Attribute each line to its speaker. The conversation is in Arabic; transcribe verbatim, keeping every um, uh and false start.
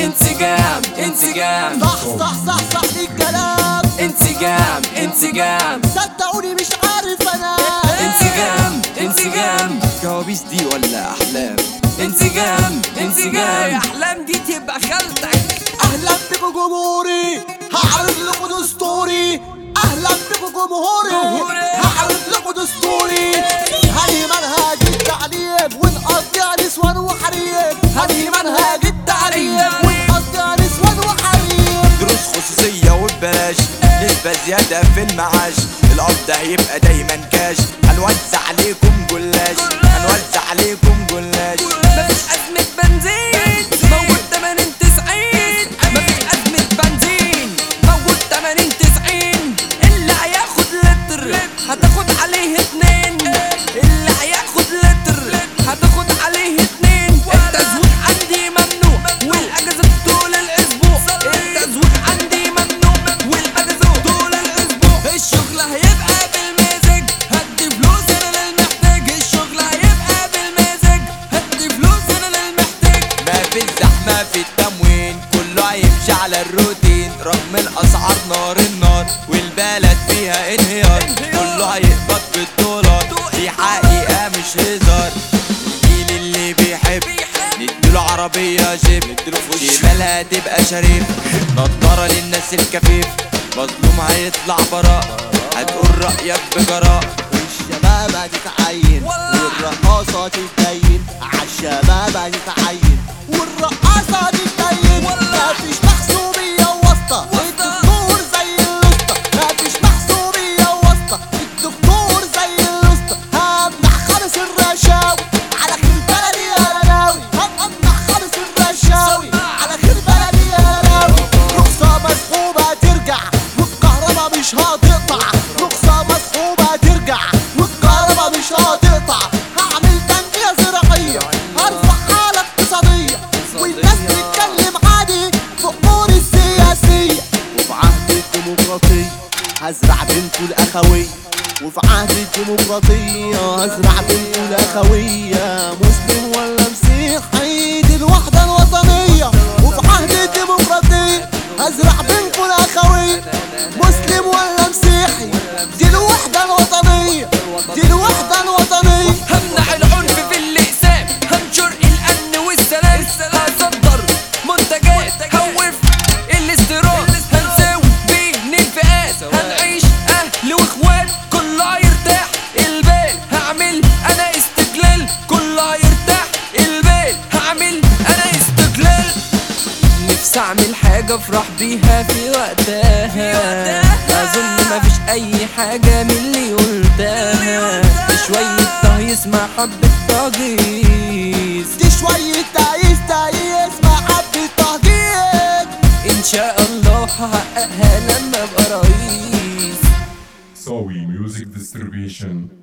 Speaker 1: انسجام انسجام
Speaker 2: صح صح صح صح الكلام.
Speaker 1: انسجام انسجام
Speaker 2: صدقوني مش عارف انا.
Speaker 1: انسجام انسجام كوابيس دي ولا احلام؟ انسجام انسجام احلام دي تبقى خالتك.
Speaker 2: اهلا بكم جمهوري، هعرض لكم دستوري. اهلا بكم جمهوري، هعرض لكم دستوري. هذه منهج التعليم ونقضي نسوان وحريم. هذه منهج التعليم ونقضي نسوان وحريم.
Speaker 3: دروس خصوصية وببلاش، نسبة زيادة في المعاش. القبض هيبقى دايما كاش. هنوزع عليكم جلاش، هنوزع عليكم جلاش.
Speaker 1: مفيش أزمة بنزين موجود تمانين تسعين. مفيش أزمة بنزين موجود تمانين تسعين. اللي هياخد لتر هتاخد عليه اتنين. اللي هياخد لتر هتاخد عليه اتنين. التزويد عندي ممنوع والأجازة طول الأسبوع. التزويد عندي ممنوع والأجازة طول الأسبوع. الشغل هيبقى بالمزاج، هدي فلوس أنا للمحتاج. الشغل هيبقى بالمزاج، هدي فلوس أنا للمحتاج.
Speaker 3: مفيش زحمة في التموين، كله هيمشي على الروتين. رغم الأسعار نار النار والبلد فيها انهيار. كله هيقبض بالدولار، دي حقيقة مش هزار. الجيل اللي بيحب نديله عربية جيب، شمالها تبقى شريف، نضارة للناس الكفيف. مظلوم هيطلع براء، هتقول رأيك بجراء.
Speaker 2: الشباب هتتعين والرقاصة تتدين. عالشباب هتتعين والرقاصة هتتدين. مفيش محسوبية واسطة، الدكتور زي الوسطى. مفيش محسوبية واسطة، الدكتور زي الوسطى. همنع خالص الرشاوي على خير بلدي يا ناوي. همنع خالص الرشاوي على خير بلدي يا ناوي. رخصة مسحوبة ترجع والكهرباء مش هتقطع. رخصة مسحوبة ترجع والكهرباء مش هتقطع. هعمل تنمية زراعية، هرفع حالة اقتصادية، والناس تتكلم عادي في أمور السياسية. وفي عهد الديمقراطية هزرع بينكوا الأخوية. وفي عهد الديمقراطية هزرع بينكوا الأخوية. مسلم ولا مسيحي دي الوحدة الوطنية. وفي عهد الديمقراطية هزرع بينكوا الأخوية. مسلم ولا مسيحي دي الوحدة الوطنية، دي الوحدة الوطنية.
Speaker 1: همنع العنف في الأقسام، هنشر الأمن والسلام. هصدر منتجات هوف الاستيراد، هنساوي بين الفئات. هنعيش أهل وإخوات كله يرتاح البال. هعمل أنا استقلال كله يرتاح البال. هعمل أنا استقلال. نفسي أعمل حاجة أفرح بيها في وقتها. أظن مفيش أي حاجة من اللي قلتها. شوية تهيس مع حبة تهجيس.
Speaker 2: دي شوية تعيس تعيس مع حبة تهجيس.
Speaker 1: إن شاء الله هحققها لما أبقى رئيس.
Speaker 4: Sawi Music Distribution